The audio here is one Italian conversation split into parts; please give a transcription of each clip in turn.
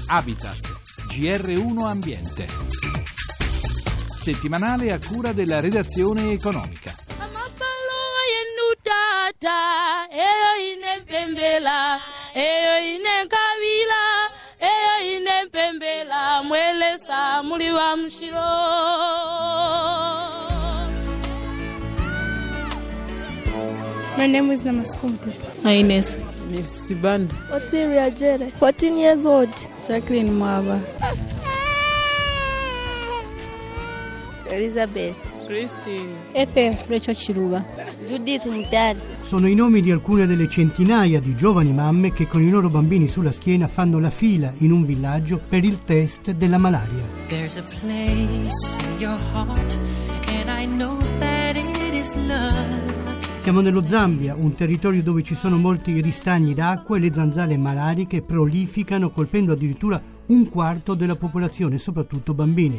Habitat, GR1 Ambiente. Settimanale a cura della redazione economica. My name is Namaskumpi. Ines. Miss Sibanda. Otiria Jere, 14 years old. Jacqueline Mwaba. Elizabeth. Christine. Ete Recio Ciruba. Judith Mutari. Sono i nomi di alcune delle centinaia di giovani mamme che con i loro bambini sulla schiena fanno la fila in un villaggio per il test della malaria. There's a place in your heart and I know that it is love. Siamo nello Zambia, un territorio dove ci sono molti ristagni d'acqua e le zanzare malariche prolificano, colpendo addirittura un quarto della popolazione, soprattutto bambini.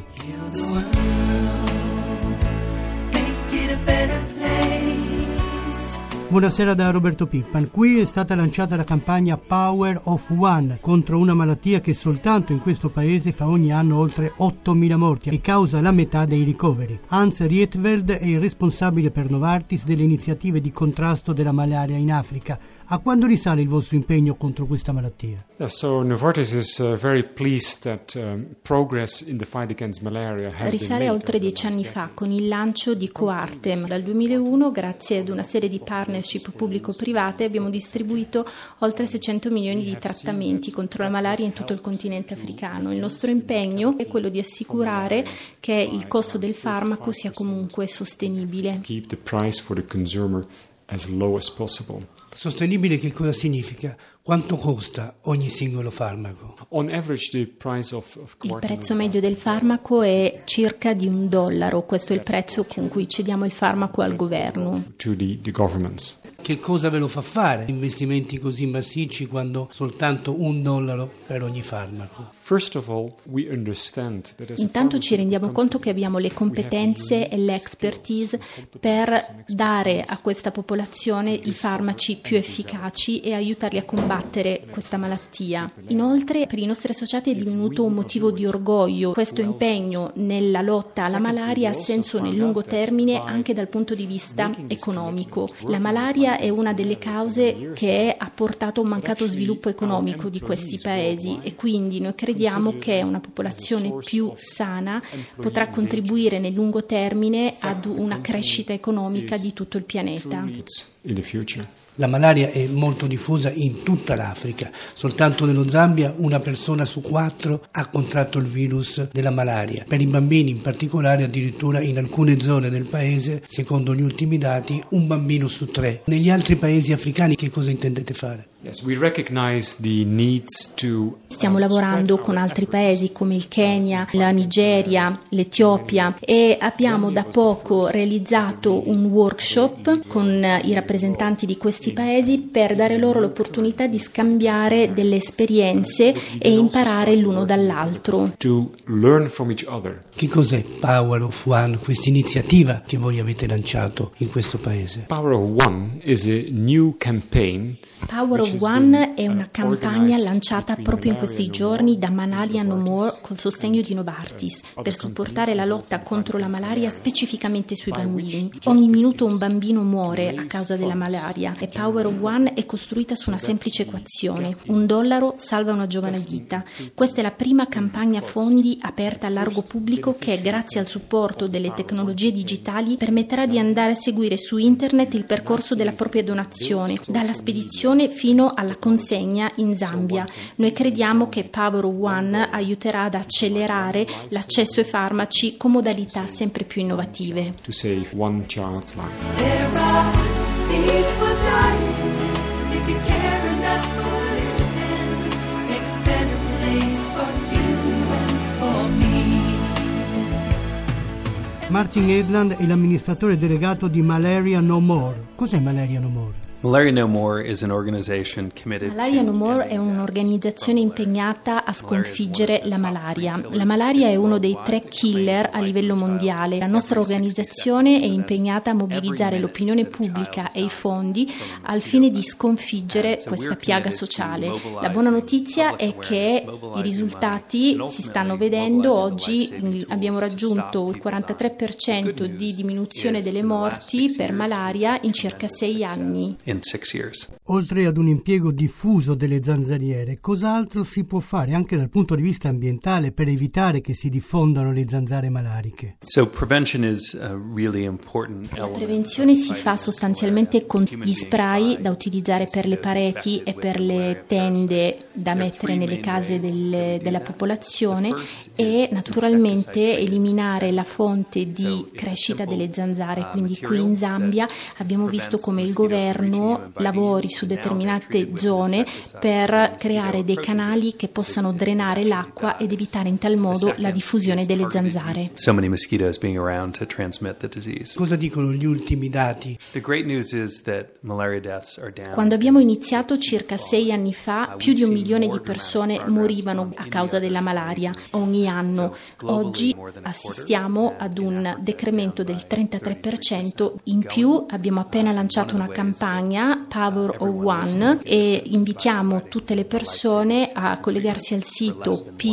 Buonasera da Roberto Pippan. Qui è stata lanciata la campagna Power of One contro una malattia che soltanto in questo paese fa ogni anno oltre 8.000 morti e causa la metà dei ricoveri. Hans Rietveld è il responsabile per Novartis delle iniziative di contrasto della malaria in Africa. A quando risale il vostro impegno contro questa malattia? So Novartis is very pleased that progress in the fight against malaria has Risale a oltre 10 anni fa con il lancio di Coartem. Dal 2001, grazie ad una serie di partnership pubblico-private, abbiamo distribuito oltre 600 milioni di trattamenti contro la malaria in tutto il continente africano. Il nostro impegno è quello di assicurare che il costo del farmaco sia comunque sostenibile. Keep the price for the consumer as low as possible. Sostenibile che cosa significa? Quanto costa ogni singolo farmaco? On average, the price of Il prezzo medio del farmaco è circa di $1. Questo è il prezzo con cui cediamo il farmaco al governo. To the governments. Che cosa ve lo fa fare investimenti così massicci quando soltanto $1 per ogni farmaco? First of all, we understand that as Intanto ci rendiamo conto che abbiamo le competenze e l'expertise per dare a questa popolazione i farmaci più efficaci e aiutarli a combattere questa malattia. Inoltre, per i nostri associati è divenuto un motivo di orgoglio. Questo impegno nella lotta alla malaria ha senso nel lungo termine anche dal punto di vista economico. La malaria è una delle cause che ha portato a un mancato sviluppo economico di questi paesi e quindi noi crediamo che una popolazione più sana potrà contribuire nel lungo termine ad una crescita economica di tutto il pianeta. La malaria è molto diffusa in tutta l'Africa. Soltanto nello Zambia una persona su 4 ha contratto il virus della malaria. Per i bambini in particolare, addirittura in alcune zone del paese, secondo gli ultimi dati, un bambino su 3. Negli altri paesi africani che cosa intendete fare? Stiamo lavorando con altri paesi come il Kenya, la Nigeria, l'Etiopia e abbiamo da poco realizzato un workshop con i rappresentanti di questi paesi per dare loro l'opportunità di scambiare delle esperienze e imparare l'uno dall'altro. Che cos'è Power of One, questa iniziativa che voi avete lanciato in questo paese? Power of One is a new campaign. Power of One è una campagna lanciata proprio in questi giorni da Malaria No More col sostegno di Novartis per supportare la lotta contro la malaria specificamente sui bambini. Ogni minuto un bambino muore a causa della malaria e Power of One è costruita su una semplice equazione: $1 salva una giovane vita. Questa è la prima campagna a fondi aperta al largo pubblico che, grazie al supporto delle tecnologie digitali, permetterà di andare a seguire su internet il percorso della propria donazione, dalla spedizione fino alla consegna in Zambia. Noi crediamo che Power of One aiuterà ad accelerare l'accesso ai farmaci con modalità sempre più innovative. To save one child's life. There are people dying. If you care enough for living, make a better place for you and for me. Martin Edland è l'amministratore delegato di Malaria No More. Cos'è Malaria No More? Malaria No More is an organization committed Malaria No to More ending è un'organizzazione impegnata a sconfiggere la malaria. La malaria malaria è uno dei 3 killer a livello mondiale. La nostra organizzazione è impegnata a mobilizzare l'opinione pubblica e i fondi al fine di sconfiggere questa piaga sociale. La buona notizia è che i risultati si stanno vedendo. Oggi abbiamo raggiunto il 43% di diminuzione delle morti per malaria in circa 6 anni. in 6 years. Oltre ad un impiego diffuso delle zanzariere, cos'altro si può fare anche dal punto di vista ambientale per evitare che si diffondano le zanzare malariche? So prevention is a really important La element. prevenzione si fa sostanzialmente con gli spray da utilizzare per le pareti e per le tende da mettere nelle case della popolazione e naturalmente eliminare la fonte di crescita delle zanzare. Quindi qui in Zambia abbiamo visto come il governo lavori su determinate zone per creare dei canali che possano drenare l'acqua ed evitare in tal modo la diffusione delle zanzare. So many mosquitoes being around to transmit the disease. Cosa dicono gli ultimi dati? The great news is that malaria deaths are down. Quando abbiamo iniziato circa 6 anni fa, più di 1 milione di persone morivano a causa della malaria ogni anno. Oggi assistiamo ad un decremento del 33%. In più abbiamo appena lanciato una campagna Power of One e invitiamo tutte le persone a collegarsi al sito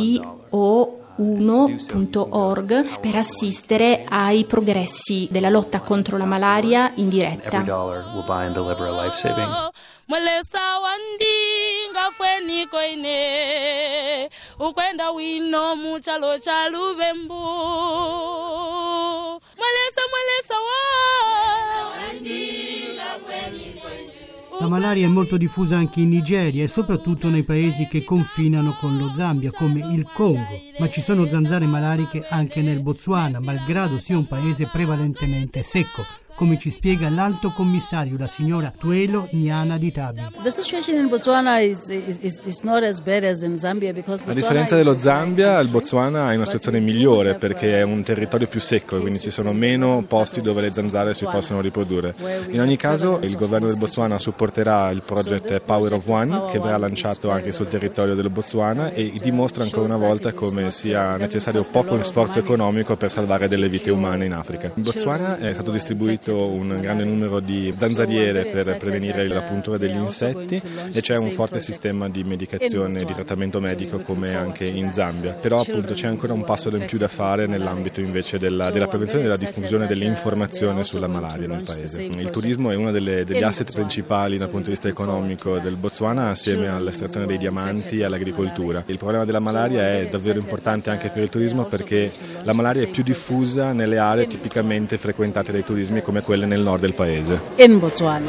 PO1.org per assistere ai progressi della lotta contro la malaria in diretta. Every dollar will buy and deliver a life-saving. Mwelesa wandinga fweni koine ukwenda wino muchalo chalu bembu mwelesa wandinga fweni koine. La malaria è molto diffusa anche in Nigeria e soprattutto nei paesi che confinano con lo Zambia, come il Congo. Ma ci sono zanzare malariche anche nel Botswana, malgrado sia un paese prevalentemente secco, come ci spiega l'alto commissario, la signora Tuelo Nyana Ditabi. The situation in Botswana is not as bad as in Zambia because A differenza dello Zambia, il Botswana è una situazione migliore perché è un territorio più secco e quindi ci sono meno posti dove le zanzare si possono riprodurre. In ogni caso, il governo del Botswana supporterà il progetto Power of One, che verrà lanciato anche sul territorio del Botswana e dimostra ancora una volta come sia necessario poco sforzo economico per salvare delle vite umane in Africa. In Botswana è stato distribuito un grande numero di zanzariere per prevenire la puntura degli insetti e c'è un forte sistema di medicazione e di trattamento medico come anche in Zambia, però appunto c'è ancora un passo in più da fare nell'ambito invece della prevenzione e della diffusione dell'informazione sulla malaria nel paese. Il turismo è uno degli asset principali dal punto di vista economico del Botswana assieme all'estrazione dei diamanti e all'agricoltura. Il problema della malaria è davvero importante anche per il turismo perché la malaria è più diffusa nelle aree tipicamente frequentate dai turismi come quelle nel nord del paese. in Botswana.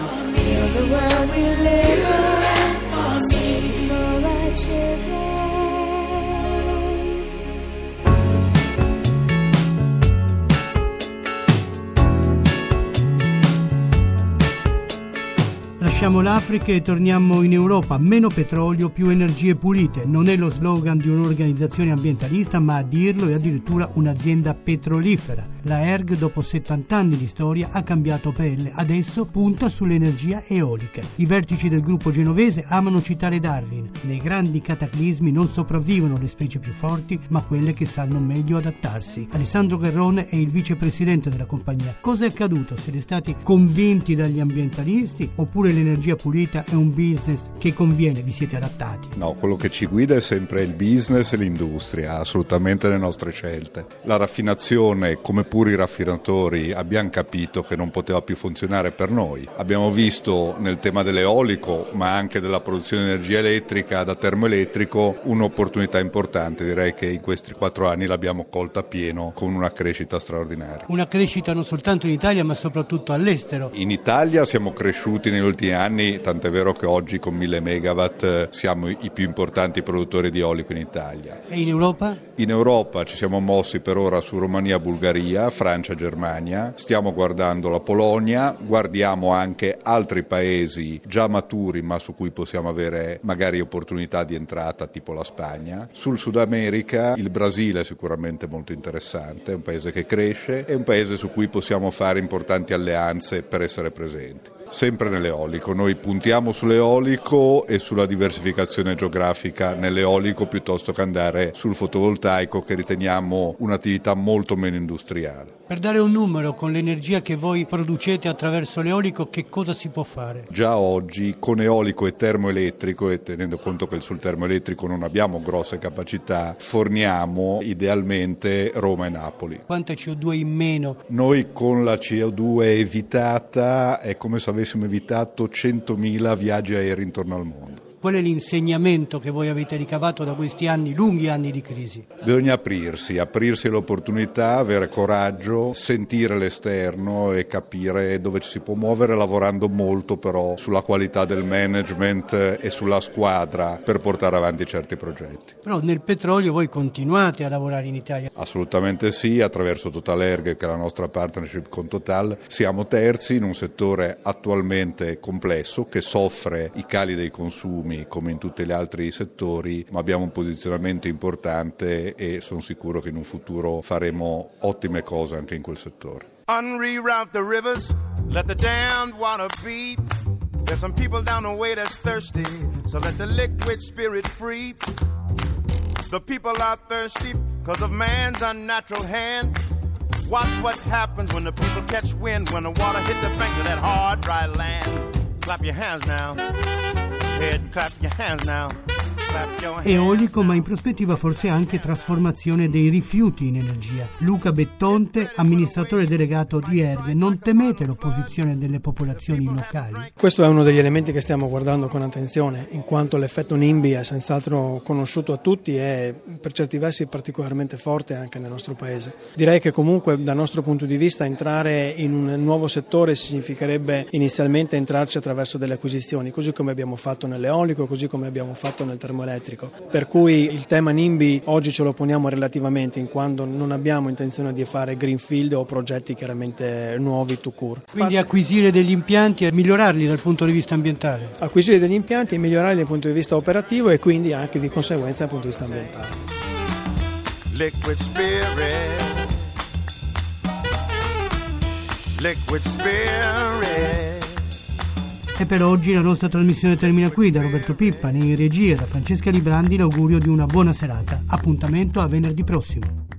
Lasciamo l'Africa e torniamo in Europa. Meno petrolio, più energie pulite. Non è lo slogan di un'organizzazione ambientalista, ma a dirlo è addirittura un'azienda petrolifera. La ERG, dopo 70 anni di storia, ha cambiato pelle. Adesso punta sull'energia eolica. I vertici del gruppo genovese amano citare Darwin. Nei grandi cataclismi non sopravvivono le specie più forti, ma quelle che sanno meglio adattarsi. Alessandro Garrone è il vicepresidente della compagnia. Cosa è accaduto? Siete stati convinti dagli ambientalisti oppure l'energia pulita è un business che conviene? Vi siete adattati? No, quello che ci guida è sempre il business e l'industria, assolutamente le nostre scelte. La raffinazione, come pure i raffinatori, abbiamo capito che non poteva più funzionare per noi. Abbiamo visto nel tema dell'eolico, ma anche della produzione di energia elettrica da termoelettrico, un'opportunità importante. Direi che in questi 4 anni l'abbiamo colta pieno con una crescita straordinaria. Una crescita non soltanto in Italia, ma soprattutto all'estero. In Italia siamo cresciuti negli ultimi anni, tant'è vero che oggi con 1000 megawatt siamo i più importanti produttori di eolico in Italia. E in Europa? In Europa ci siamo mossi per ora su Romania, Bulgaria, Francia, Germania, stiamo guardando la Polonia, guardiamo anche altri paesi già maturi ma su cui possiamo avere magari opportunità di entrata tipo la Spagna. Sul Sud America il Brasile è sicuramente molto interessante, è un paese che cresce, è un paese su cui possiamo fare importanti alleanze per essere presenti. Sempre nell'eolico, noi puntiamo sull'eolico e sulla diversificazione geografica nell'eolico piuttosto che andare sul fotovoltaico, che riteniamo un'attività molto meno industriale. Per dare un numero, con l'energia che voi producete attraverso l'eolico, che cosa si può fare? Già oggi con eolico e termoelettrico, e tenendo conto che sul termoelettrico non abbiamo grosse capacità, forniamo idealmente Roma e Napoli. Quanta CO2 in meno? Noi con la CO2 evitata è come se avessimo evitato 100.000 viaggi aerei intorno al mondo. Qual è l'insegnamento che voi avete ricavato da questi anni, lunghi anni di crisi? Bisogna aprirsi all'opportunità, avere coraggio, sentire l'esterno e capire dove ci si può muovere, lavorando molto però sulla qualità del management e sulla squadra per portare avanti certi progetti. Però nel petrolio voi continuate a lavorare in Italia? Assolutamente sì, attraverso TotalErg, che è la nostra partnership con Total. Siamo terzi in un settore attualmente complesso che soffre i cali dei consumi come in tutti gli altri settori, ma abbiamo un posizionamento importante e sono sicuro che in un futuro faremo ottime cose anche in quel settore. Unreroute the rivers, let the damned water beat. There's some people down the way that's thirsty, so let the liquid spirit free. The people are thirsty because of man's unnatural hand. Watch what happens when the people catch wind, when the water hits the banks of that hard, dry land. Clap your hands now. Head, clap your hands now. Clap your hands. Eolico, ma in prospettiva forse anche trasformazione dei rifiuti in energia. Luca Bettonte, amministratore delegato di ERG, non temete l'opposizione delle popolazioni locali? Questo è uno degli elementi che stiamo guardando con attenzione, in quanto l'effetto NIMBY è senz'altro conosciuto a tutti e per certi versi particolarmente forte anche nel nostro paese. Direi che comunque dal nostro punto di vista entrare in un nuovo settore significherebbe inizialmente entrarci attraverso delle acquisizioni, così come abbiamo fatto nell'eolico, così come abbiamo fatto nel termoelettrico. Per cui il tema NIMBY oggi ce lo poniamo relativamente, in quanto non abbiamo intenzione di fare greenfield o progetti chiaramente nuovi to cure. Quindi acquisire degli impianti e migliorarli dal punto di vista ambientale? Acquisire degli impianti e migliorarli dal punto di vista operativo e quindi anche di conseguenza dal punto di vista ambientale. Liquid spirit. Liquid spirit. E per oggi la nostra trasmissione termina qui. Da Roberto Pippani in regia, da Francesca Librandi, l'augurio di una buona serata. Appuntamento a venerdì prossimo.